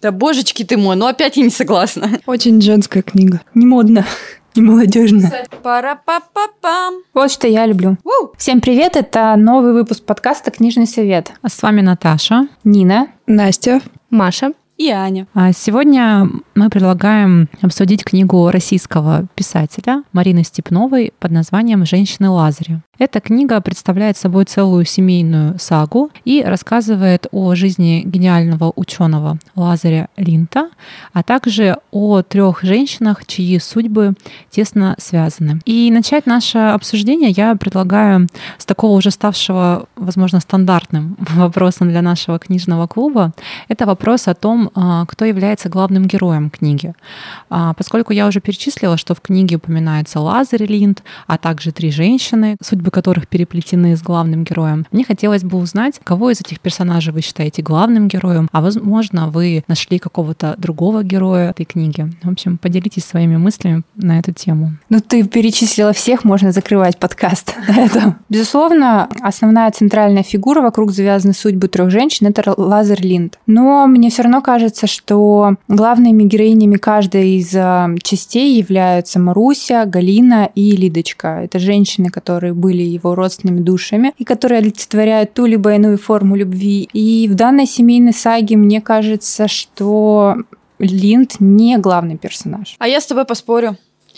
Да божечки ты мой, опять я не согласна. Очень женская книга. Не модно. Не молодежно. Пара-па-па-пам. Вот что я люблю. Всем привет, это новый выпуск подкаста «Книжный совет». А с вами Наташа, Нина, Настя, Маша и Аня. Сегодня мы предлагаем обсудить книгу российского писателя Марины Степновой под названием «Женщины Лазаря». Эта книга представляет собой целую семейную сагу и рассказывает о жизни гениального ученого Лазаря Линдта, а также о 3 женщинах, чьи судьбы тесно связаны. И начать наше обсуждение я предлагаю с такого уже ставшего, возможно, стандартным вопросом для нашего книжного клуба. Это вопрос о том, кто является главным героем книги. Поскольку я уже перечислила, что в книге упоминается Лазарь Линдт, а также 3 женщины, судьбы которых переплетены с главным героем, мне хотелось бы узнать, кого из этих персонажей вы считаете главным героем, а возможно, вы нашли какого-то другого героя этой книги. В общем, поделитесь своими мыслями на эту тему. Ты перечислила всех, можно закрывать подкаст на этом. Безусловно, основная центральная фигура, вокруг завязаны судьбы 3 женщин, это Лазарь Линдт. Но мне все равно кажется, что главными героинями каждой из частей являются Маруся, Галина и Лидочка. Это женщины, которые были его родственными душами и которые олицетворяют ту либо иную форму любви. И в данной семейной саге мне кажется, что Линдт не главный персонаж. А я с тобой поспорю.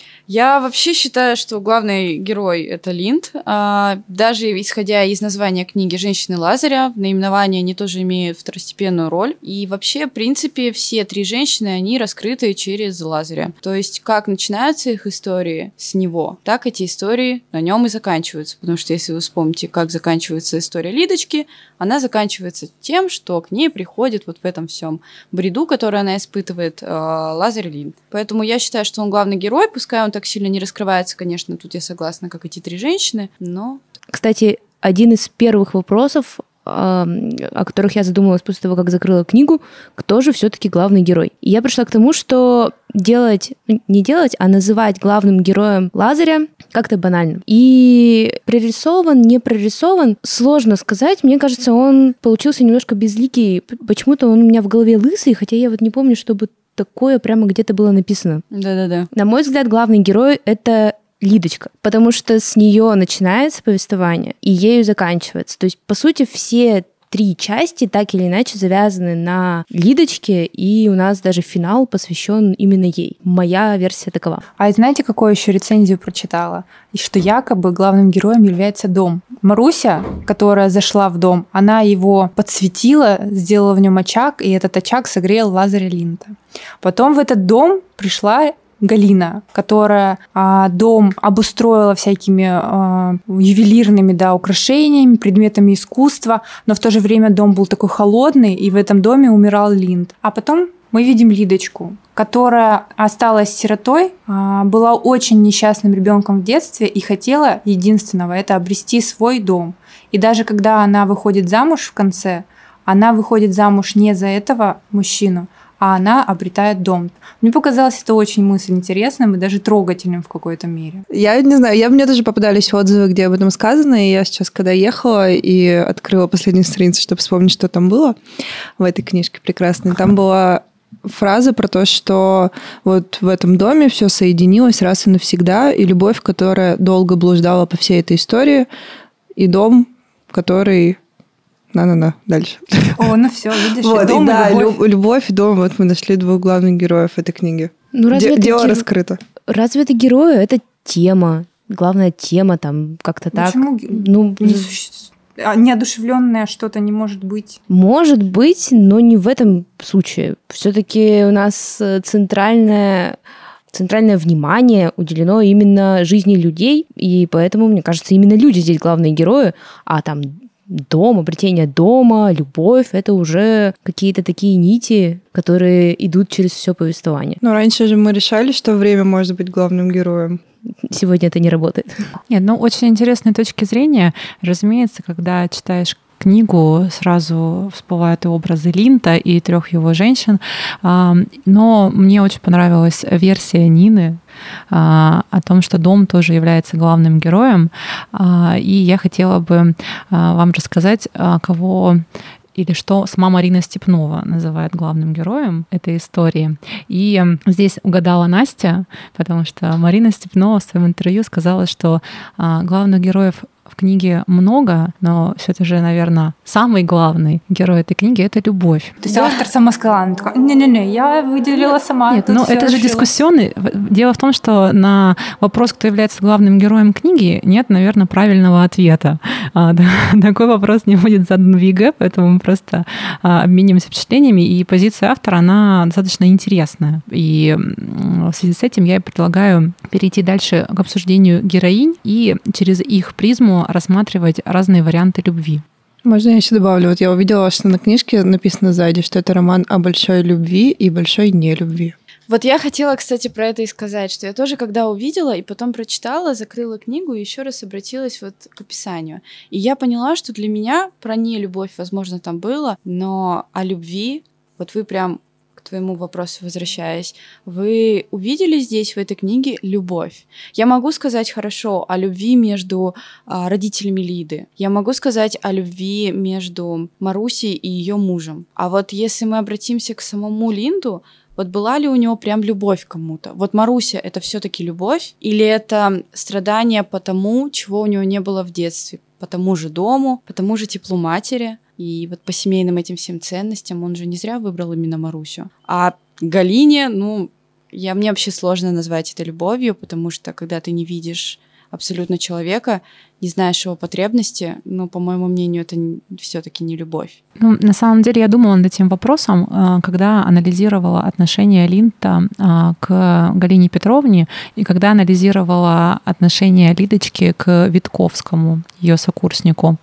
Я вообще считаю, что главный герой — это Линдт. Даже исходя из названия книги «Женщины Лазаря», наименование они тоже имеют второстепенную роль. И вообще, в принципе, все 3 женщины, они раскрыты через Лазаря. То есть, как начинаются их истории с него, так эти истории на нем и заканчиваются. Потому что, если вы вспомните, как заканчивается история Лидочки, она заканчивается тем, что к ней приходит вот в этом всем бреду, который она испытывает, Лазарь Линдт. Поэтому я считаю, что он главный герой, пускай он так сильно не раскрывается, конечно, тут я согласна, как эти 3 женщины, но... Кстати, один из первых вопросов, о которых я задумалась после того, как закрыла книгу, кто же все-таки главный герой. И я пришла к тому, что называть главным героем Лазаря как-то банально. И прорисован, не прорисован, сложно сказать. Мне кажется, он получился немножко безликий. Почему-то он у меня в голове лысый, хотя я не помню, чтобы такое прямо где-то было написано. Да-да-да. На мой взгляд, главный герой — это Лидочка, потому что с нее начинается повествование и ею заканчивается. То есть, по сути, все 3 части так или иначе завязаны на Лидочке, и у нас даже финал посвящен именно ей. Моя версия такова. А знаете, какую еще рецензию прочитала? И что якобы главным героем является дом. Маруся, которая зашла в дом, она его подсветила, сделала в нем очаг, и этот очаг согрел Лазаря Линдта. Потом в этот дом пришла Галина, которая дом обустроила всякими ювелирными украшениями, предметами искусства, но в то же время дом был такой холодный, и в этом доме умирал Линдт. А потом мы видим Лидочку, которая осталась сиротой, была очень несчастным ребенком в детстве и хотела единственного — это обрести свой дом. И даже когда она выходит замуж в конце, она выходит замуж не за этого мужчину, а она обретает дом. Мне показалось это очень мысль интересным и даже трогательным в какой-то мере. Я не знаю, мне даже попадались отзывы, где об этом сказано, и я сейчас, когда ехала и открыла последнюю страницу, чтобы вспомнить, что там было в этой книжке прекрасной, там была фраза про то, что вот в этом доме все соединилось раз и навсегда, и любовь, которая долго блуждала по всей этой истории, и дом, который... дальше. Все, видишь, вот, дом, да, любовь. и дом. Вот мы нашли 2 главных героев этой книги. Дело раскрыто. Разве это герои? Это тема. Главная тема там как-то так. Почему? Неодушевленное что-то не может быть. Может быть, но не в этом случае. Все-таки у нас центральное внимание уделено именно жизни людей, и поэтому, мне кажется, именно люди здесь главные герои, а там дом, обретение дома, любовь — это уже какие-то такие нити, которые идут через все повествование. Но раньше же мы решали, что время может быть главным героем. Сегодня это не работает. Нет, очень интересные точки зрения. Разумеется, когда читаешь книгу, сразу всплывают и образы Линдта, и 3 его женщин. Но мне очень понравилась версия Нины о том, что дом тоже является главным героем. И я хотела бы вам рассказать, кого или что сама Марина Степнова называет главным героем этой истории. И здесь угадала Настя, потому что Марина Степнова в своем интервью сказала, что главных героев в книге много, но все же, наверное, самый главный герой этой книги — это любовь. То есть автор сама сказала, она такая, не-не-не, я выделила сама. Нет, но это же дискуссионный. Дело в том, что на вопрос, кто является главным героем книги, нет, наверное, правильного ответа. Такой вопрос не будет задан в ЕГЭ, поэтому мы просто обменимся впечатлениями, и позиция автора, она достаточно интересная. И в связи с этим я предлагаю перейти дальше к обсуждению героинь и через их призму рассматривать разные варианты любви. Можно я еще добавлю? Вот я увидела, что на книжке написано сзади, что это роман о большой любви и большой нелюбви. Вот я хотела, кстати, про это и сказать, что я тоже, когда увидела и потом прочитала, закрыла книгу и еще раз обратилась вот к описанию. И я поняла, что для меня про нелюбовь, возможно, там было, но о любви, вот вы прям к твоему вопросу возвращаясь, вы увидели здесь, в этой книге, любовь. Я могу сказать хорошо о любви между родителями Лиды. Я могу сказать о любви между Марусей и ее мужем. А вот если мы обратимся к самому Линду, вот была ли у него прям любовь к кому-то? Вот Маруся — это все-таки любовь? Или это страдание по тому, чего у него не было в детстве? По тому же дому, по тому же теплу матери? И вот по семейным этим всем ценностям он же не зря выбрал именно Марусю. А Галине, мне вообще сложно назвать это любовью, потому что когда ты не видишь абсолютно человека, не знаешь его потребности, по моему мнению, это все-таки не любовь. На самом деле я думала над этим вопросом, когда анализировала отношение Линда к Галине Петровне и когда анализировала отношение Лидочки к Витковскому, ее сокурснику.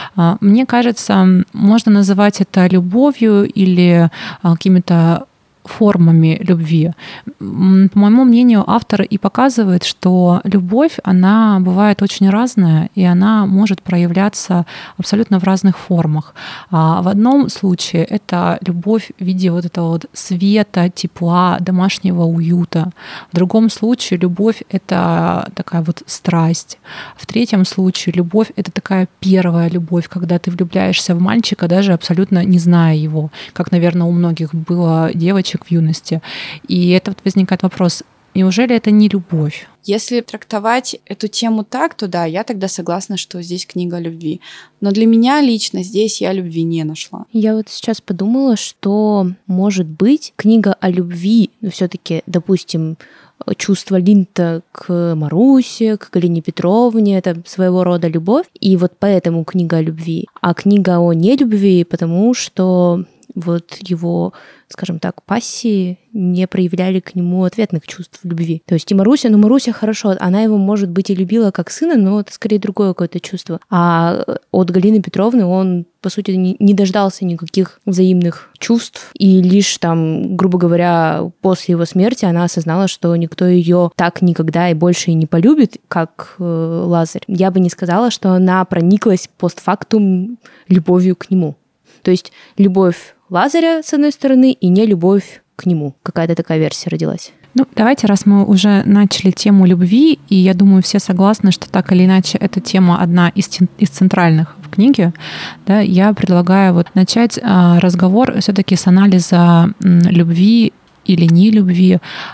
Мне кажется, можно называть это любовью или какими-то формами любви. По моему мнению, автор и показывает, что любовь, она бывает очень разная, и она может проявляться абсолютно в разных формах. В одном случае это любовь в виде вот этого вот света, тепла, домашнего уюта. В другом случае любовь — это такая вот страсть. В третьем случае любовь — это такая первая любовь, когда ты влюбляешься в мальчика, даже абсолютно не зная его, как, наверное, у многих было девочек в юности. И это вот возникает вопрос, неужели это не любовь? Если трактовать эту тему так, то да, я тогда согласна, что здесь книга о любви. Но для меня лично здесь я любви не нашла. Я вот сейчас подумала, что, может быть, книга о любви, все-таки, допустим, чувство Линда к Марусе, к Галине Петровне, это своего рода любовь, и вот поэтому книга о любви. А книга о нелюбви, потому что вот его, скажем так, пассии не проявляли к нему ответных чувств любви. То есть и Маруся, Маруся хорошо, она его, может быть, и любила как сына, но это скорее другое какое-то чувство. А от Галины Петровны он, по сути, не дождался никаких взаимных чувств, и лишь там, грубо говоря, после его смерти она осознала, что никто ее так никогда и больше и не полюбит, как Лазарь. Я бы не сказала, что она прониклась постфактум любовью к нему. То есть любовь Лазаря, с одной стороны, и не любовь к нему. Какая-то такая версия родилась. Давайте, раз мы уже начали тему любви, и я думаю, все согласны, что так или иначе эта тема одна из центральных в книге, да, я предлагаю начать разговор все-таки с анализа любви или нелюбви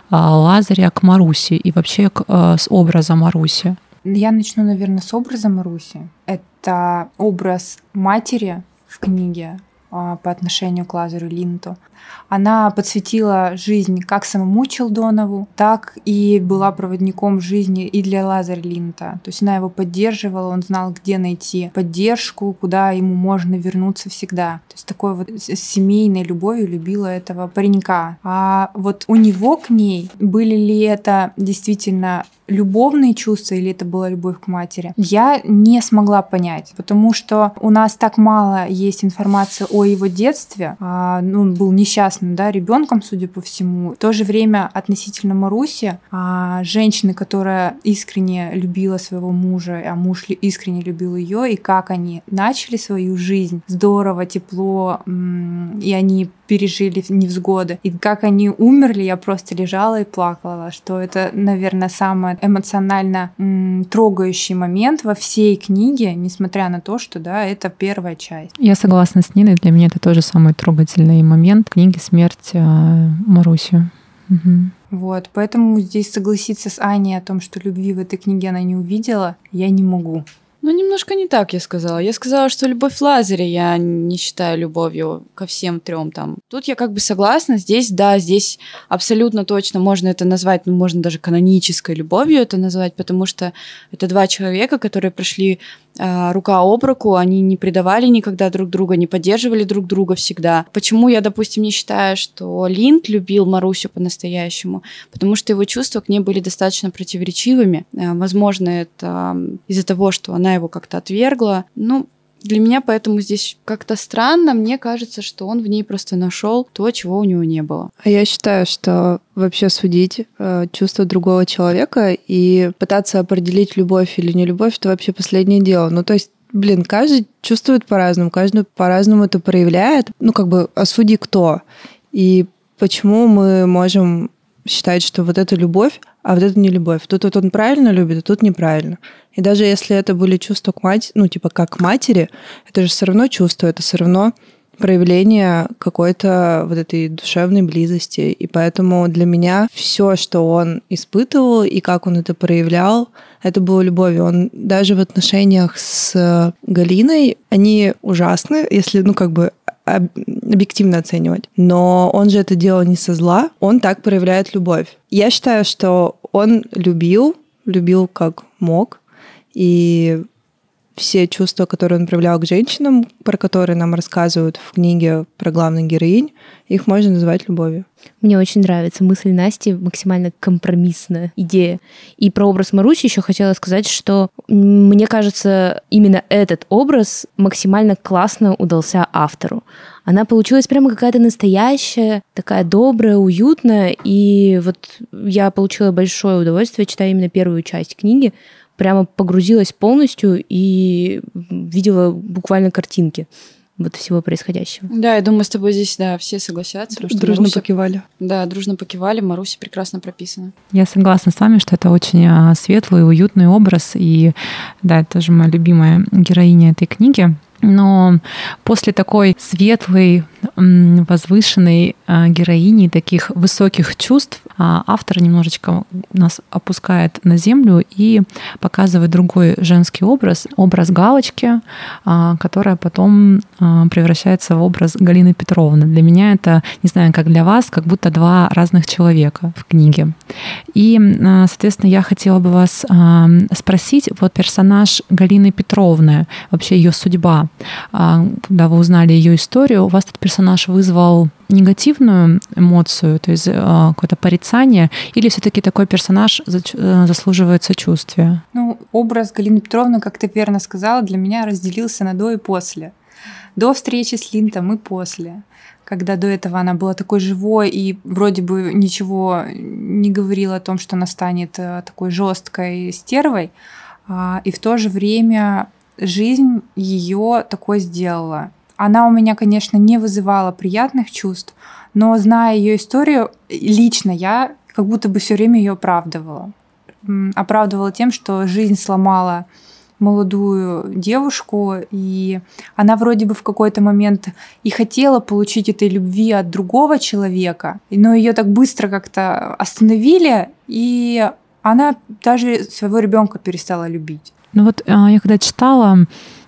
Лазаря к Марусе и вообще с образа Маруси. Я начну, наверное, с образа Маруси. Это образ матери в книге по отношению к Лазарю Линду. Она подсветила жизнь как самому Челдонову, так и была проводником жизни и для Лазаря Линда. То есть она его поддерживала, он знал, где найти поддержку, куда ему можно вернуться всегда. То есть такой вот семейной любовью любила этого паренька. А вот у него к ней были ли это действительно любовные чувства или это была любовь к матери, я не смогла понять, потому что у нас так мало есть информации о его детстве. Он был несчастным, ребенком, судя по всему. В то же время относительно Маруси, женщины, которая искренне любила своего мужа, а муж искренне любил ее, и как они начали свою жизнь здорово, тепло, и они пережили невзгоды. И как они умерли, я просто лежала и плакала, что это, наверное, самый эмоционально трогающий момент во всей книге, несмотря на то, что, да, это первая часть. Я согласна с Ниной, для меня это тоже самый трогательный момент книги «Смерть» Маруси. Угу. Вот, поэтому здесь согласиться с Аней о том, что любви в этой книге она не увидела, я не могу. Ну, немножко не так я сказала. Я сказала, что любовь Лазаря я не считаю любовью ко всем трем там. Тут я как бы согласна. Здесь, да, здесь абсолютно точно можно это назвать, ну, можно даже канонической любовью это назвать, потому что это два человека, которые прошли рука об руку, они не предавали никогда друг друга, не поддерживали друг друга всегда. Почему я, допустим, не считаю, что Линд любил Марусю по-настоящему? Потому что его чувства к ней были достаточно противоречивыми. Возможно, это из-за того, что она его как-то отвергла. Ну, для меня поэтому здесь как-то странно. Мне кажется, что он в ней просто нашел то, чего у него не было. А я считаю, что вообще судить чувства другого человека и пытаться определить любовь или не любовь, это вообще последнее дело. Ну, то есть, блин, каждый чувствует по-разному, каждый по-разному это проявляет. Ну, как бы, а судьи кто? И почему мы можем считать, что вот это любовь, а вот это не любовь? Тут вот он правильно любит, а тут неправильно. И даже если это были чувства к матери, ну, типа, как к матери, это же все равно чувство, это все равно проявление какой-то вот этой душевной близости. И поэтому для меня все, что он испытывал и как он это проявлял, это было любовью. Он даже в отношениях с Галиной, они ужасны, если, ну, как бы объективно оценивать. Но он же это делал не со зла, он так проявляет любовь. Я считаю, что он любил как мог, и все чувства, которые он проявлял к женщинам, про которые нам рассказывают в книге про главных героинь, их можно назвать любовью. Мне очень нравится мысль Насти, максимально компромиссная идея. И про образ Маруси еще хотела сказать, что мне кажется, именно этот образ максимально классно удался автору. Она получилась прямо какая-то настоящая, такая добрая, уютная. И вот я получила большое удовольствие, читая именно первую часть книги, прямо погрузилась полностью и видела буквально картинки вот всего происходящего. Да, я думаю, с тобой здесь, да, все согласятся. Дружно Маруся... покивали. Да, дружно покивали. Маруся прекрасно прописана. Я согласна с вами, что это очень светлый, уютный образ. И да, это тоже моя любимая героиня этой книги. Но после такой светлой, возвышенной героини, таких высоких чувств, автор немножечко нас опускает на землю и показывает другой женский образ Галочки, которая потом превращается в образ Галины Петровны. Для меня это, не знаю, как для вас, как будто два разных человека в книге. И, соответственно, я хотела бы вас спросить, вот персонаж Галины Петровны, вообще ее судьба, когда вы узнали ее историю, у вас этот персонаж вызвал негативную эмоцию, то есть какое-то порицание, или все-таки такой персонаж заслуживает сочувствия? Ну, образ Галины Петровны, как ты верно сказала, для меня разделился на до и после. До встречи с Линдом и после. Когда до этого она была такой живой и вроде бы ничего не говорила о том, что она станет такой жесткой стервой, и в то же время жизнь ее такой сделала. Она у меня, конечно, не вызывала приятных чувств, но, зная ее историю, лично я как будто бы все время ее оправдывала. Оправдывала тем, что жизнь сломала молодую девушку, и она вроде бы в какой-то момент и хотела получить этой любви от другого человека, но ее так быстро как-то остановили, и она даже своего ребенка перестала любить. Ну вот я когда читала,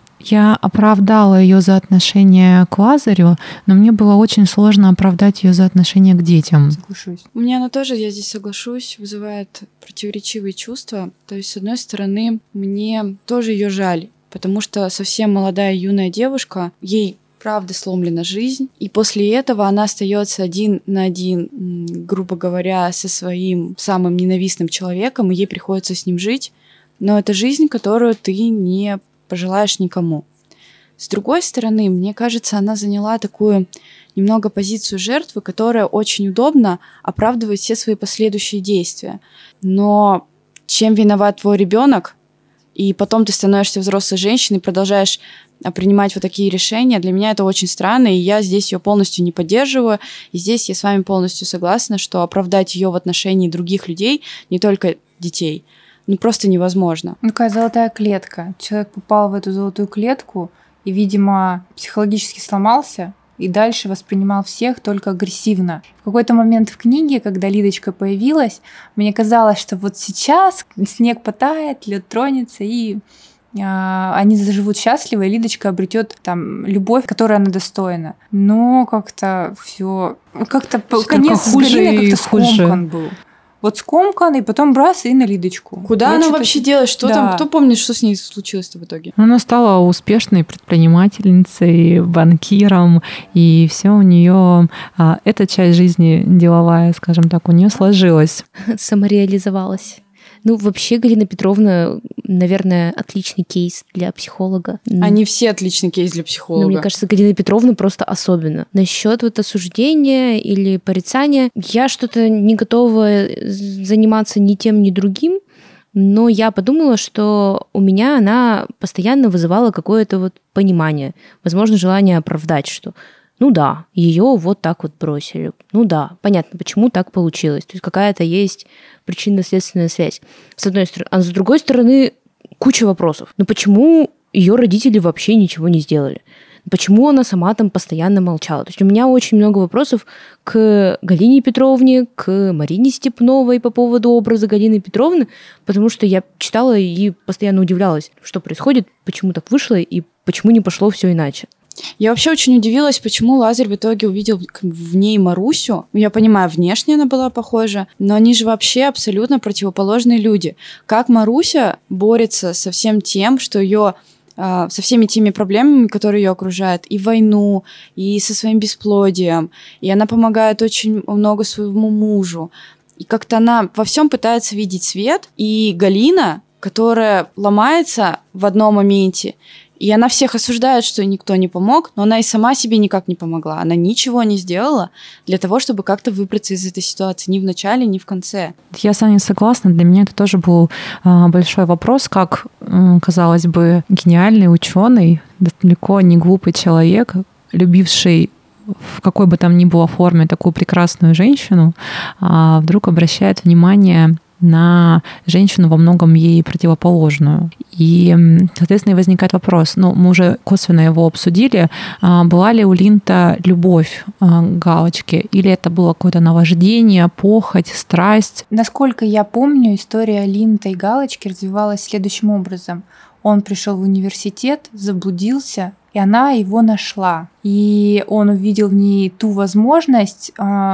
я оправдала ее за отношение к Лазарю, но мне было очень сложно оправдать ее за отношение к детям. Соглашусь. У меня она тоже, я здесь соглашусь, вызывает противоречивые чувства. То есть, с одной стороны, мне тоже ее жаль, потому что совсем молодая юная девушка, ей правда сломлена жизнь, и после этого она остается один на один, грубо говоря, со своим самым ненавистным человеком, и ей приходится с ним жить. Но это жизнь, которую ты не пожелаешь никому. С другой стороны, мне кажется, она заняла такую немного позицию жертвы, которая очень удобно оправдывает все свои последующие действия. Но чем виноват твой ребенок и потом ты становишься взрослой женщиной, продолжаешь принимать вот такие решения. Для меня это очень странно, и я здесь ее полностью не поддерживаю. И здесь я с вами полностью согласна, что оправдать ее в отношении других людей, не только детей, просто невозможно. Такая золотая клетка. Человек попал в эту золотую клетку и, видимо, психологически сломался, и дальше воспринимал всех только агрессивно. В какой-то момент в книге, когда Лидочка появилась, мне казалось, что вот сейчас снег потает, лед тронется, и они заживут счастливо, и Лидочка обретет там любовь, которой она достойна. Но как-то все, как-то конец с Галиной как-то скомкан был. Вот скомкан, и потом раз, и на Лидочку. Куда она вообще делась? Что там? Кто помнит, что с ней случилось-то в итоге? Она стала успешной предпринимательницей, банкиром, и все у нее эта часть жизни деловая, скажем так, у нее сложилась. Самореализовалась. Вообще, Галина Петровна, наверное, отличный кейс для психолога. Они все отличный кейс для психолога. Мне кажется, Галина Петровна просто особенно. Насчет осуждения или порицания, я что-то не готова заниматься ни тем, ни другим, но я подумала, что у меня она постоянно вызывала какое-то понимание, возможно, желание оправдать, что да, ее вот так бросили. Да, понятно, почему так получилось. То есть какая-то есть причинно-следственная связь, с одной стороны. А с другой стороны, куча вопросов. Почему ее родители вообще ничего не сделали? Почему она сама там постоянно молчала? То есть у меня очень много вопросов к Галине Петровне, к Марине Степновой по поводу образа Галины Петровны, потому что я читала и постоянно удивлялась, что происходит, почему так вышло и почему не пошло все иначе. Я вообще очень удивилась, почему Лазарь в итоге увидел в ней Марусю. Я понимаю, внешне она была похожа, но они же вообще абсолютно противоположные люди. Как Маруся борется со всем тем, что ее со всеми теми проблемами, которые ее окружают, и войну, и со своим бесплодием, и она помогает очень много своему мужу. И как-то она во всем пытается видеть свет. И Галина, которая ломается в одном моменте, и она всех осуждает, что никто не помог, но она и сама себе никак не помогла. Она ничего не сделала для того, чтобы как-то выбраться из этой ситуации ни в начале, ни в конце. Я с вами согласна. Для меня это тоже был большой вопрос, как, казалось бы, гениальный ученый, далеко не глупый человек, любивший в какой бы там ни было форме такую прекрасную женщину, вдруг обращает внимание на женщину во многом ей противоположную. И, соответственно, возникает вопрос, мы уже косвенно его обсудили, была ли у Линта любовь к Галочке, или это было какое-то наваждение, похоть, страсть? Насколько я помню, история Линта и Галочки развивалась следующим образом. Он пришел в университет, заблудился, и она его нашла. И он увидел в ней ту возможность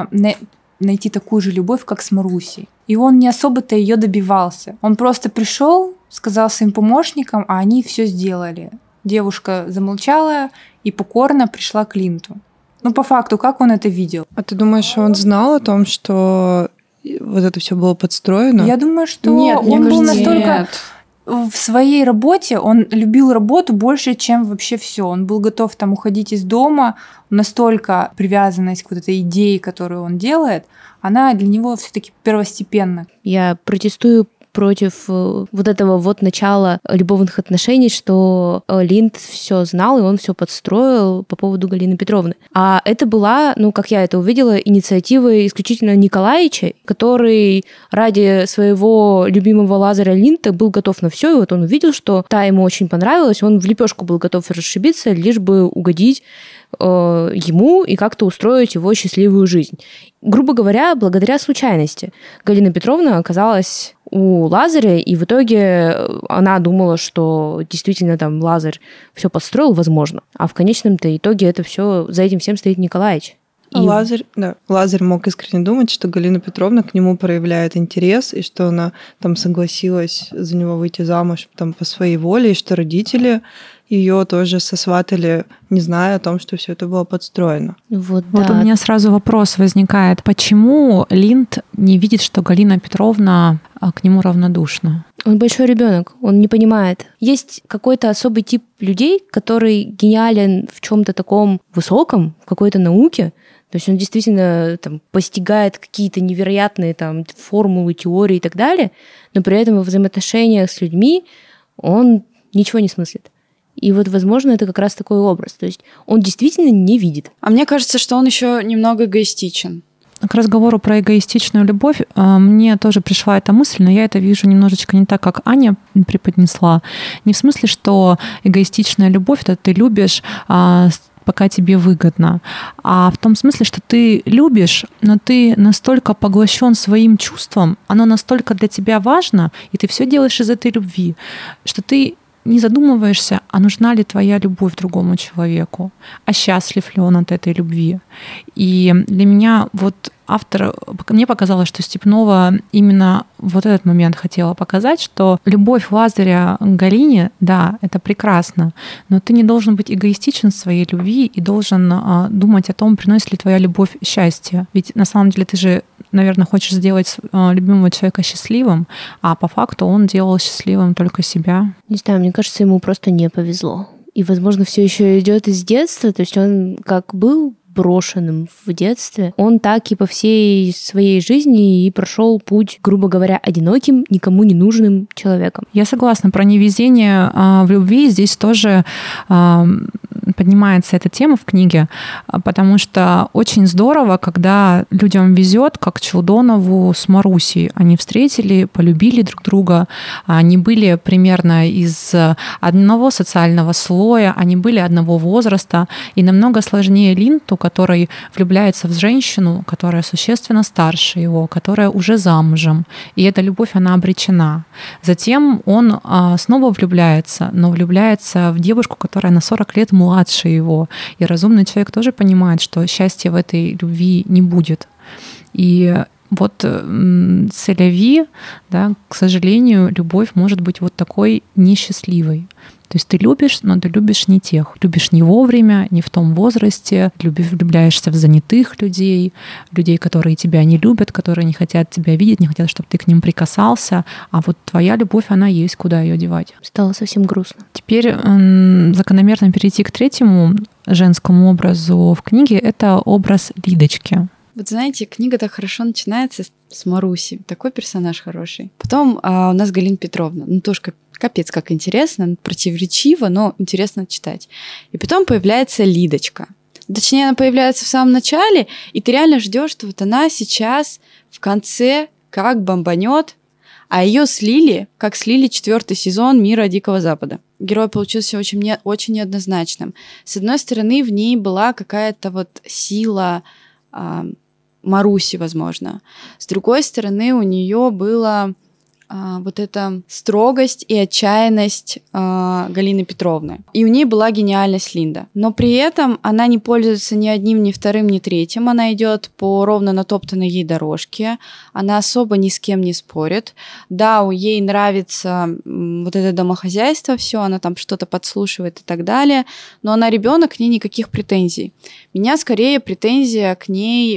найти такую же любовь, как с Марусей. И он не особо-то ее добивался. Он просто пришел, сказал своим помощникам, а они все сделали. Девушка замолчала и покорно пришла к Линту. По факту, как он это видел? А ты думаешь, он знал о том, что вот это все было подстроено? Я думаю, что нет, он был настолько... В своей работе он любил работу больше, чем вообще все. Он был готов уходить из дома. Настолько привязанность к этой идее, которую он делает, она для него все-таки первостепенна. Я протестую против этого начала любовных отношений, что Линд все знал, и он все подстроил по поводу Галины Петровны. А это была, как я это увидела, инициатива исключительно Николаевича, который ради своего любимого Лазаря Линта был готов на все, и он увидел, что та ему очень понравилась, он в лепешку был готов расшибиться, лишь бы угодить ему и как-то устроить его счастливую жизнь. Грубо говоря, благодаря случайности Галина Петровна оказалась у Лазаря, и в итоге она думала, что действительно там Лазарь все подстроил, возможно. А в конечном-то итоге это все за этим всем стоит Николаевич. Лазарь мог искренне думать, что Галина Петровна к нему проявляет интерес, и что она там согласилась за него выйти замуж по своей воле, и что родители ее тоже сосватали, не зная о том, что все это было подстроено. Вот у меня сразу вопрос возникает. Почему Линд не видит, что Галина Петровна к нему равнодушна? Он большой ребенок, он не понимает. Есть какой-то особый тип людей, который гениален в чем-то таком высоком, в какой-то науке. То есть он действительно постигает какие-то невероятные формулы, теории и так далее, но при этом во взаимоотношениях с людьми он ничего не смыслит. И вот, возможно, это как раз такой образ. То есть он действительно не видит. А мне кажется, что он еще немного эгоистичен. К разговору про эгоистичную любовь мне тоже пришла эта мысль, но я это вижу немножечко не так, как Аня преподнесла. Не в смысле, что эгоистичная любовь — это ты любишь, пока тебе выгодно, а в том смысле, что ты любишь, но ты настолько поглощен своим чувством, оно настолько для тебя важно, и ты все делаешь из этой любви, что ты не задумываешься, а нужна ли твоя любовь другому человеку, а счастлив ли он от этой любви. И для меня вот мне показалось, что Степнова именно вот этот момент хотела показать, что любовь Лазаря к Галине, да, это прекрасно, но ты не должен быть эгоистичен в своей любви и должен думать о том, приносит ли твоя любовь счастье. Ведь на самом деле ты же, наверное, хочешь сделать любимого человека счастливым, а по факту он делал счастливым только себя. Не знаю, мне кажется, ему просто не повезло. И, возможно, все еще идет из детства, то есть он как был брошенным в детстве, он так и по всей своей жизни и прошел путь, грубо говоря, одиноким, никому не нужным человеком. Я согласна. Про невезение в любви здесь тоже поднимается эта тема в книге, потому что очень здорово, когда людям везет, как Челдонову с Марусей. Они встретили, полюбили друг друга, они были примерно из одного социального слоя, они были одного возраста, и намного сложнее Линту, который влюбляется в женщину, которая существенно старше его, которая уже замужем, и эта любовь, она обречена. Затем он снова влюбляется, но влюбляется в девушку, которая на 40 лет младше его. И разумный человек тоже понимает, что счастья в этой любви не будет. И вот селяви, да, к сожалению, любовь может быть вот такой несчастливой. То есть ты любишь, но ты любишь не тех. Любишь не вовремя, не в том возрасте, влюбляешься в занятых людей, которые тебя не любят, которые не хотят тебя видеть, не хотят, чтобы ты к ним прикасался. А вот твоя любовь, она есть, куда ее девать. Стало совсем грустно. Теперь закономерно перейти к третьему женскому образу в книге — это образ Лидочки. Вот знаете, книга так хорошо начинается с Маруси. Такой персонаж хороший. Потом у нас Галина Петровна. Ну, тоже капец как интересно, противоречиво, но интересно читать. И потом появляется Лидочка. Точнее, она появляется в самом начале, и ты реально ждешь, что вот она сейчас в конце как бомбанет, а ее слили, как слили 4-й сезон «Мира Дикого Запада». Герой получился очень неоднозначным. С одной стороны, в ней была какая-то вот сила Маруси, возможно. С другой стороны, у нее была вот эта строгость и отчаянность Галины Петровны. И у нее была гениальность Линда. Но при этом она не пользуется ни одним, ни вторым, ни третьим. Она идет по ровно натоптанной ей дорожке. Она особо ни с кем не спорит. Да, ей нравится вот это домохозяйство, все, она там что-то подслушивает и так далее. Но она ребенок, к ней никаких претензий. Меня скорее претензия к ней,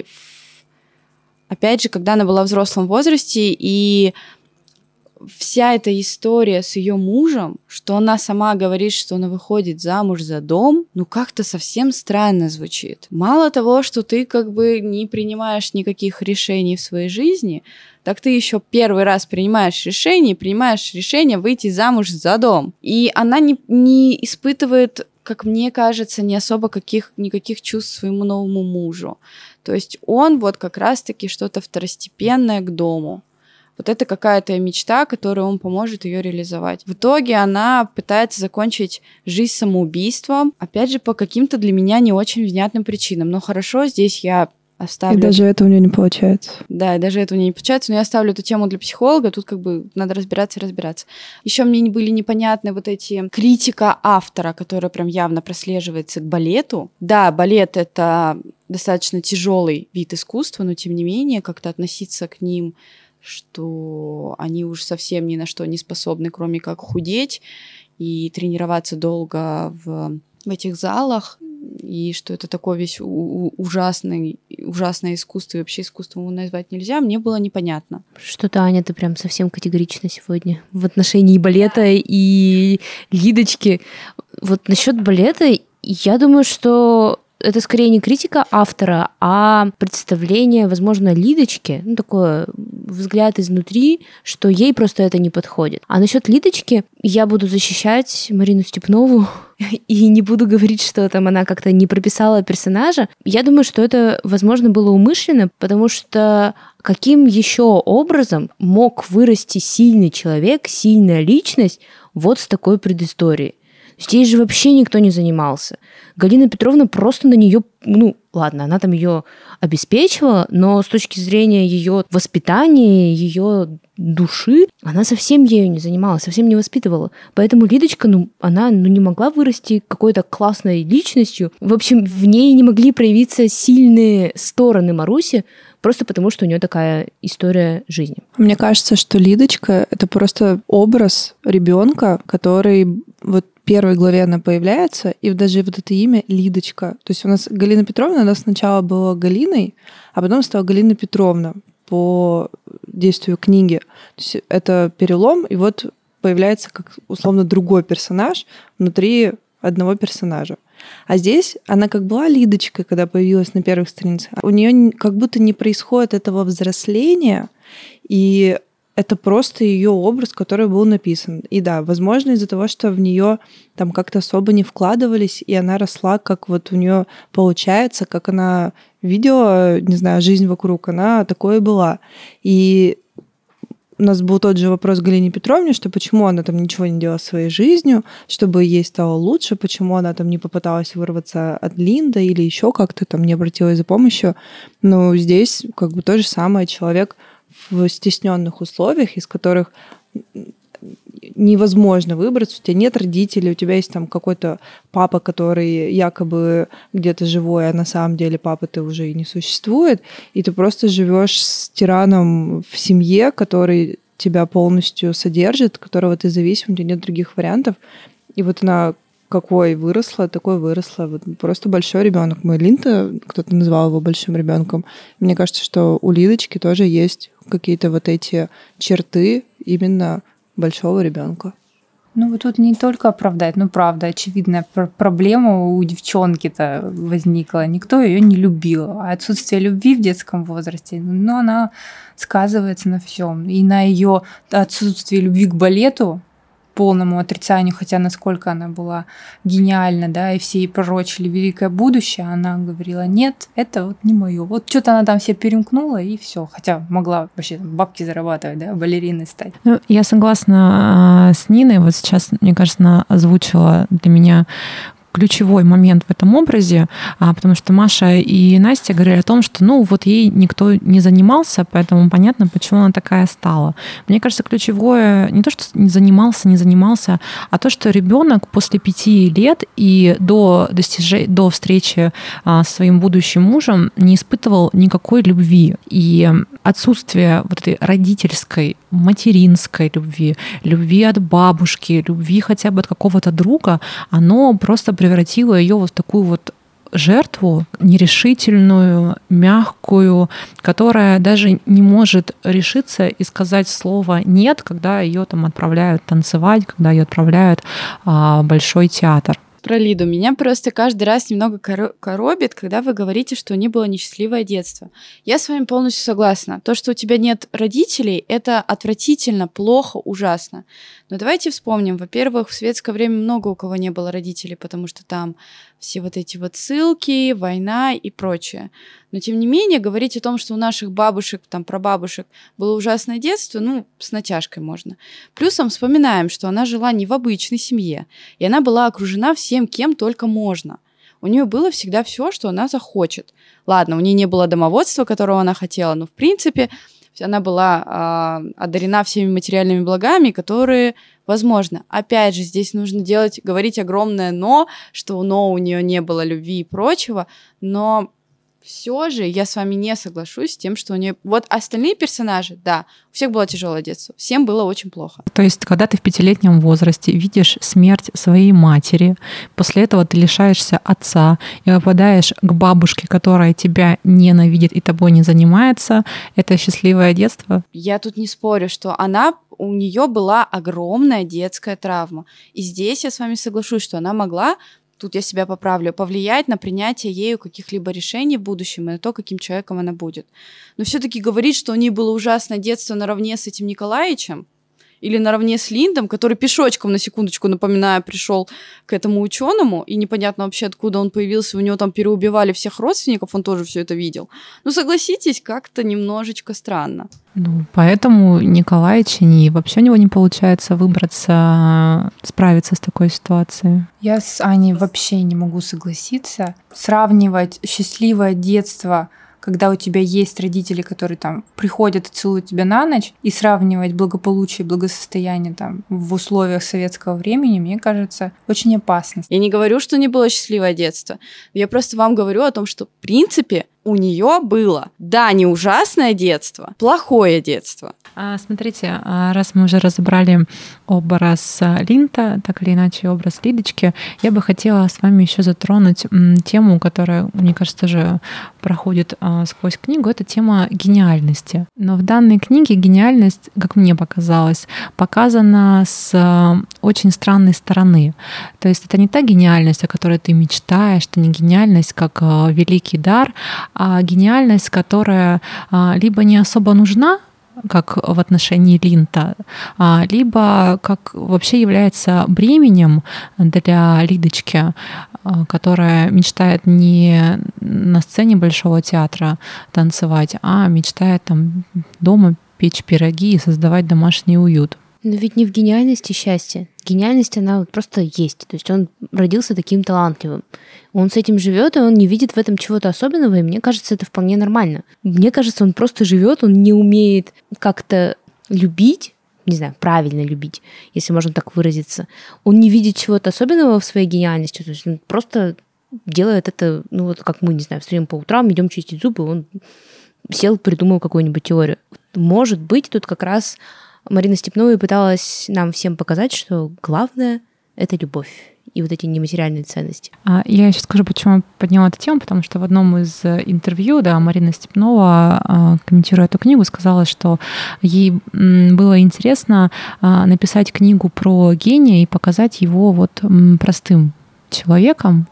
опять же, когда она была в взрослом возрасте, и вся эта история с ее мужем, что она сама говорит, что она выходит замуж за дом, ну как-то совсем странно звучит. Мало того, что ты как бы не принимаешь никаких решений в своей жизни, так ты еще первый раз принимаешь решение выйти замуж за дом. И она не испытывает, как мне кажется, не особо никаких чувств своему новому мужу. То есть он вот как раз-таки что-то второстепенное к дому. Вот это какая-то мечта, которую он поможет ее реализовать. В итоге она пытается закончить жизнь самоубийством, опять же, по каким-то для меня не очень внятным причинам. Но хорошо, здесь я оставлю... И даже это у нее не получается. Да, и даже это у нее не получается, но я оставлю эту тему для психолога, тут как бы надо разбираться. Еще мне были непонятны вот эти критика автора, которая прям явно прослеживается к балету. Да, балет — это достаточно тяжелый вид искусства, но тем не менее как-то относиться к ним, что они уж совсем ни на что не способны, кроме как худеть и тренироваться долго в этих залах, и что это такое весь ужасное искусство, и вообще искусством его назвать нельзя, мне было непонятно. Что-то, Аня, ты прям совсем категорична сегодня в отношении балета и Лидочки. Вот насчет балета, я думаю, что это скорее не критика автора, а представление, возможно, Лидочки, ну, такой взгляд изнутри, что ей просто это не подходит. А насчет Лидочки я буду защищать Марину Степнову и не буду говорить, что там она как-то не прописала персонажа. Я думаю, что это, возможно, было умышленно, потому что каким еще образом мог вырасти сильный человек, сильная личность вот с такой предысторией? Здесь же вообще никто не занимался. Галина Петровна просто на нее, ну, ладно, она там ее обеспечивала, но с точки зрения ее воспитания, ее души, она совсем ею не занималась, совсем не воспитывала. Поэтому Лидочка, она не могла вырасти какой-то классной личностью. В общем, в ней не могли проявиться сильные стороны Маруси, просто потому, что у нее такая история жизни. Мне кажется, что Лидочка — это просто образ ребенка, который вот в первой главе она появляется, и даже вот это имя Лидочка. То есть у нас Галина Петровна, она сначала была Галиной, а потом стала Галина Петровна по действию книги. То есть это перелом, и вот появляется как условно другой персонаж внутри одного персонажа. А здесь она как была Лидочкой, когда появилась на первых страницах. У нее как будто не происходит этого взросления, и это просто ее образ, который был написан. И да, возможно, из-за того, что в нее там как-то особо не вкладывались, и она росла, как вот у нее получается, как она видела, не знаю, жизнь вокруг, она такой и была. И у нас был тот же вопрос к Галине Петровне, что почему она там ничего не делала своей жизнью, чтобы ей стало лучше, почему она там не попыталась вырваться от Линда или еще как-то там не обратилась за помощью. Но здесь как бы то же самое, человек в стесненных условиях, из которых невозможно выбраться, у тебя нет родителей, у тебя есть там какой-то папа, который якобы где-то живой, а на самом деле папы-то уже и не существует, и ты просто живешь с тираном в семье, который тебя полностью содержит, которого ты зависим, у тебя нет других вариантов. И вот она какой выросла, такой выросла. Вот просто большой ребенок. Мой Линта, кто-то назвал его большим ребенком. Мне кажется, что у Лидочки тоже есть какие-то вот эти черты именно большого ребенка. Ну, вот тут не только оправдать, но правда, очевидная проблема у девчонки-то возникла. Никто ее не любил. А отсутствие любви в детском возрасте, ну, она сказывается на всем. И на ее отсутствие любви к балету, полному отрицанию, хотя насколько она была гениальна, да, и все ей пророчили великое будущее, она говорила, нет, это вот не мое. Вот что-то она там себе перемкнула, и все. Хотя могла вообще бабки зарабатывать, да, балериной стать. Ну, я согласна с Ниной. Вот сейчас, мне кажется, она озвучила для меня ключевой момент в этом образе, потому что Маша и Настя говорили о том, что, ну, вот ей никто не занимался, поэтому понятно, почему она такая стала. Мне кажется, ключевое не то, что не занимался, а то, что ребенок после 5 лет и до встречи со своим будущим мужем не испытывал никакой любви. И отсутствие вот этой родительской, материнской любви от бабушки, любви хотя бы от какого-то друга, оно просто превратило ее вот в такую вот жертву нерешительную, мягкую, которая даже не может решиться и сказать слово «нет», когда ее там отправляют танцевать, когда ее отправляют в Большой театр. Про Лиду. Меня просто каждый раз немного коробит, когда вы говорите, что у нее было несчастливое детство. Я с вами полностью согласна. То, что у тебя нет родителей, это отвратительно, плохо, ужасно. Но давайте вспомним. Во-первых, в советское время много у кого не было родителей, потому что там все вот эти вот ссылки, война и прочее. Но, тем не менее, говорить о том, что у наших бабушек, там, прабабушек было ужасное детство, ну, с натяжкой можно. Плюсом вспоминаем, что она жила не в обычной семье, и она была окружена всем, кем только можно. У нее было всегда все, что она захочет. Ладно, у нее не было домоводства, которого она хотела, но, в принципе, она была одарена всеми материальными благами, которые возможно. Опять же, здесь нужно говорить огромное «но», что «но» у нее не было любви и прочего, но все же я с вами не соглашусь с тем, что у нее... Вот остальные персонажи, да, у всех было тяжелое детство, всем было очень плохо. То есть, когда ты в 5-летнем возрасте видишь смерть своей матери, после этого ты лишаешься отца и попадаешь к бабушке, которая тебя ненавидит и тобой не занимается, это счастливое детство? Я тут не спорю, что у нее была огромная детская травма. И здесь я с вами соглашусь, что она могла тут я себя поправлю, повлиять на принятие ею каких-либо решений в будущем и на то, каким человеком она будет. Но все-таки говорить, что у нее было ужасное детство наравне с этим Николаевичем, или наравне с Линдом, который пешочком, на секундочку, напоминаю, пришел к этому ученому, и непонятно вообще, откуда он появился, у него там переубивали всех родственников, он тоже все это видел. Ну, согласитесь, как-то немножечко странно. Ну, поэтому Николаевич вообще у него не получается выбраться, справиться с такой ситуацией. Я с Аней вообще не могу согласиться. Сравнивать счастливое детство, когда у тебя есть родители, которые там приходят и целуют тебя на ночь, и сравнивать благополучие и благосостояние там в условиях советского времени, мне кажется, очень опасно. Я не говорю, что не было счастливое детство. Я просто вам говорю о том, что, в принципе, у нее было, да, не ужасное детство, плохое детство. Смотрите, раз мы уже разобрали образ Линда, так или иначе образ Лидочки, я бы хотела с вами еще затронуть тему, которая, мне кажется, тоже проходит сквозь книгу, это тема гениальности. Но в данной книге гениальность, как мне показалось, показана с очень странной стороны. То есть это не та гениальность, о которой ты мечтаешь, это не гениальность как великий дар, а гениальность, которая либо не особо нужна, как в отношении Линда, либо как вообще является бременем для Лидочки, которая мечтает не на сцене Большого театра танцевать, а мечтает там дома печь пироги и создавать домашний уют. Но ведь не в гениальности счастье. Гениальность, она вот просто есть. То есть он родился таким талантливым. Он с этим живет, и он не видит в этом чего-то особенного, и мне кажется, это вполне нормально. Мне кажется, он просто живет, он не умеет как-то любить, не знаю, правильно любить, если можно так выразиться. Он не видит чего-то особенного в своей гениальности, то есть он просто делает это, ну вот как мы, не знаю, встаем по утрам, идем чистить зубы, он сел, придумал какую-нибудь теорию. Может быть, тут как раз Марина Степнова пыталась нам всем показать, что главное — это любовь и вот эти нематериальные ценности. Я сейчас скажу, почему я подняла эту тему, потому что в одном из интервью, да, Марина Степнова, комментируя эту книгу, сказала, что ей было интересно написать книгу про гения и показать его вот простым человеком,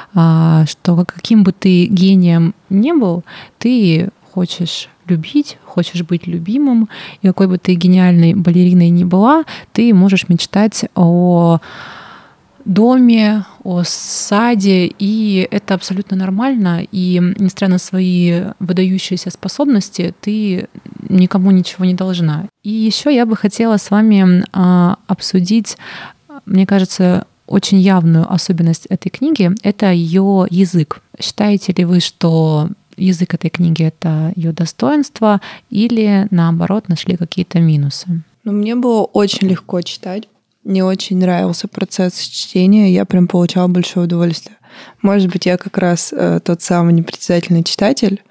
что каким бы ты гением ни был, ты хочешь любить, хочешь быть любимым, и какой бы ты гениальной балериной ни была, ты можешь мечтать о доме, о саде, и это абсолютно нормально, и несмотря на свои выдающиеся способности, ты никому ничего не должна. И еще я бы хотела с вами обсудить, мне кажется, очень явную особенность этой книги — это ее язык. Считаете ли вы, что язык этой книги — это ее достоинство, или наоборот нашли какие-то минусы? Ну, мне было очень легко читать. Мне очень нравился процесс чтения, я прям получала большое удовольствие. Может быть, я как раз тот самый непритязательный читатель,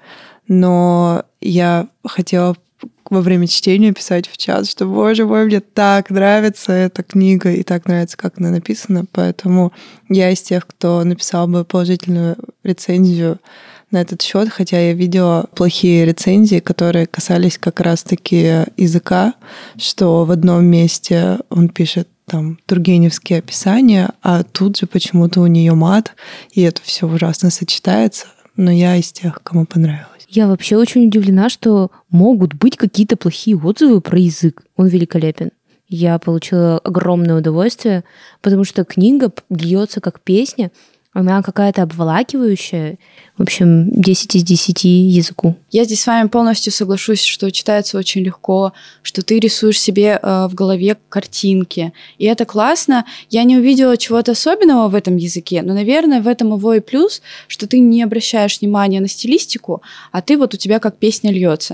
но я хотела во время чтения писать в чат, что, боже мой, мне так нравится эта книга и так нравится, как она написана, поэтому я из тех, кто написал бы положительную рецензию на этот счет, хотя я видела плохие рецензии, которые касались как раз-таки языка, что в одном месте он пишет там тургеневские описания, а тут же почему-то у нее мат, и это все ужасно сочетается, но я из тех, кому понравилось. Я вообще очень удивлена, что могут быть какие-то плохие отзывы про язык. Он великолепен. Я получила огромное удовольствие, потому что книга льется как песня, она какая-то обволакивающая. В общем, 10 из 10 языку. Я здесь с вами полностью соглашусь, что читается очень легко, что ты рисуешь себе в голове картинки. И это классно. Я не увидела чего-то особенного в этом языке, но, наверное, в этом его и плюс, что ты не обращаешь внимания на стилистику, а ты вот у тебя как песня льется.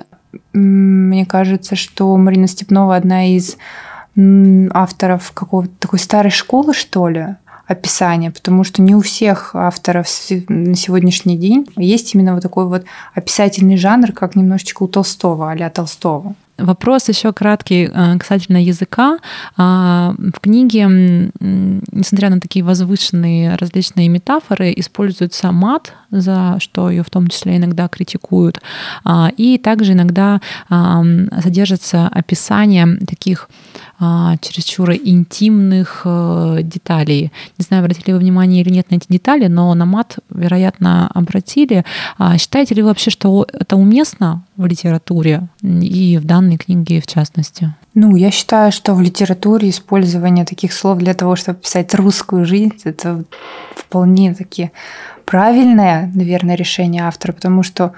Мне кажется, что Марина Степнова одна из авторов какого-то такой старой школы, что ли, описания, потому что не у всех авторов на сегодняшний день есть именно вот такой вот описательный жанр, как немножечко у Толстого, а-ля Толстого. Вопрос еще краткий касательно языка. В книге, несмотря на такие возвышенные различные метафоры, используется мат, за что ее в том числе иногда критикуют, и также иногда содержится описание таких чересчур интимных деталей. Не знаю, обратили вы внимание или нет на эти детали, но на мат, вероятно, обратили. Считаете ли вы вообще, что это уместно в литературе и в данной книге в частности? Ну, я считаю, что в литературе использование таких слов для того, чтобы писать русскую жизнь, это вполне таки правильное, наверное, решение автора, потому что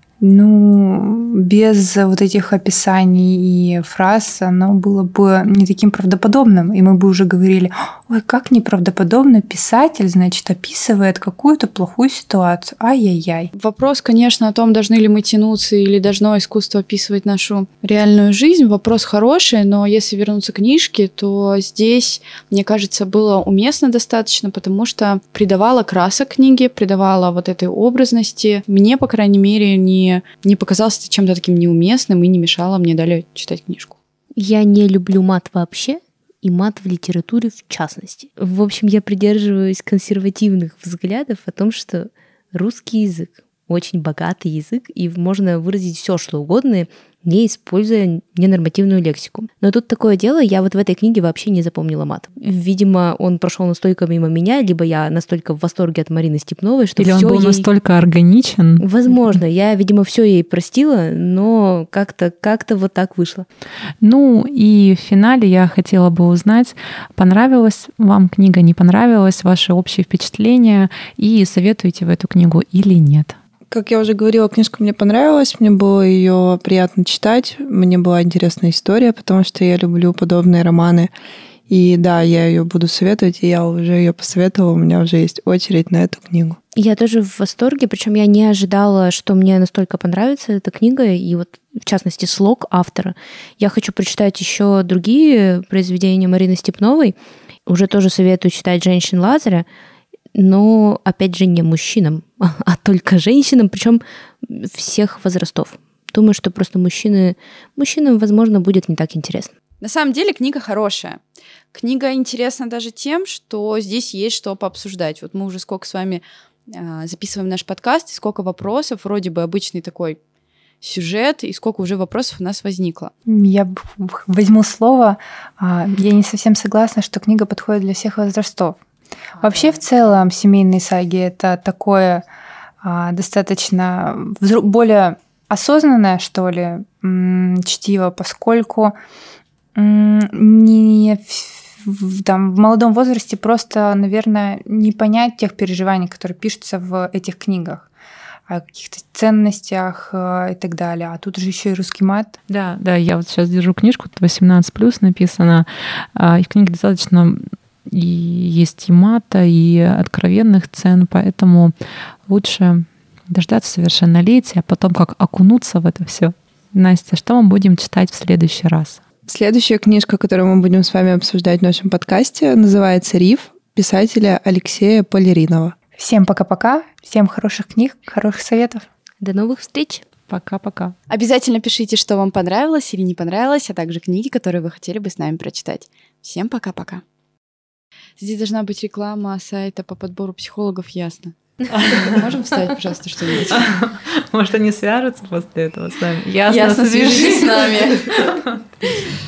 без вот этих описаний и фраз оно было бы не таким правдоподобным, и мы бы уже говорили: ой, как неправдоподобно писатель, значит, описывает какую-то плохую ситуацию. Ай-яй-яй. Вопрос, конечно, о том, должны ли мы тянуться или должно искусство описывать нашу реальную жизнь, вопрос хороший, но если вернуться к книжке, то здесь, мне кажется, было уместно достаточно, потому что придавало красок книге, придавало вот этой образности. Мне, по крайней мере, не показалось это чем-то таким неуместным и не мешало мне далее читать книжку. Я не люблю мат вообще, и мат в литературе в частности. В общем, я придерживаюсь консервативных взглядов о том, что русский язык очень богатый язык, и можно выразить все, что угодно, не используя ненормативную лексику. Но тут такое дело, я вот в этой книге вообще не запомнила мат. Видимо, он прошел настолько мимо меня, либо я настолько в восторге от Марины Степновой, что или он был настолько органичен. Возможно, я, видимо, все ей простила, но как-то вот так вышло. Ну и в финале я хотела бы узнать, понравилась вам книга, не понравилась, ваши общие впечатления, и советуете вы эту книгу или нет? Как я уже говорила, книжка мне понравилась, мне было ее приятно читать, мне была интересная история, потому что я люблю подобные романы. И да, я ее буду советовать, и я уже ее посоветовала, у меня уже есть очередь на эту книгу. Я тоже в восторге, причем я не ожидала, что мне настолько понравится эта книга, и вот в частности слог автора. Я хочу прочитать еще другие произведения Марины Степновой, уже тоже советую читать «Женщин Лазаря», но, опять же, не мужчинам, а только женщинам, причем всех возрастов. Думаю, что просто мужчинам, возможно, будет не так интересно. На самом деле книга хорошая. Книга интересна даже тем, что здесь есть что пообсуждать. Вот мы уже сколько с вами записываем наш подкаст, и сколько вопросов, вроде бы обычный такой сюжет, и сколько уже вопросов у нас возникло. Я возьму слово. Я не совсем согласна, что книга подходит для всех возрастов. Вообще, в целом, семейные саги — это такое достаточно более осознанное, что ли, чтиво, поскольку в молодом возрасте просто, наверное, не понять тех переживаний, которые пишутся в этих книгах, о каких-то ценностях и так далее. А тут же еще и русский мат. Да, я вот сейчас держу книжку, тут 18+, написано, и в книге достаточно и есть и мата, и откровенных сцен, поэтому лучше дождаться совершеннолетия, а потом как окунуться в это все. Настя, что мы будем читать в следующий раз? Следующая книжка, которую мы будем с вами обсуждать в нашем подкасте, называется «Риф» писателя Алексея Поляринова. Всем пока-пока, всем хороших книг, хороших советов. До новых встреч! Пока-пока. Обязательно пишите, что вам понравилось или не понравилось, а также книги, которые вы хотели бы с нами прочитать. Всем пока-пока. Здесь должна быть реклама сайта по подбору психологов «Ясно». Можем вставить, пожалуйста, что-нибудь? Может, они свяжутся после этого с нами? Ясно, свяжитесь с нами.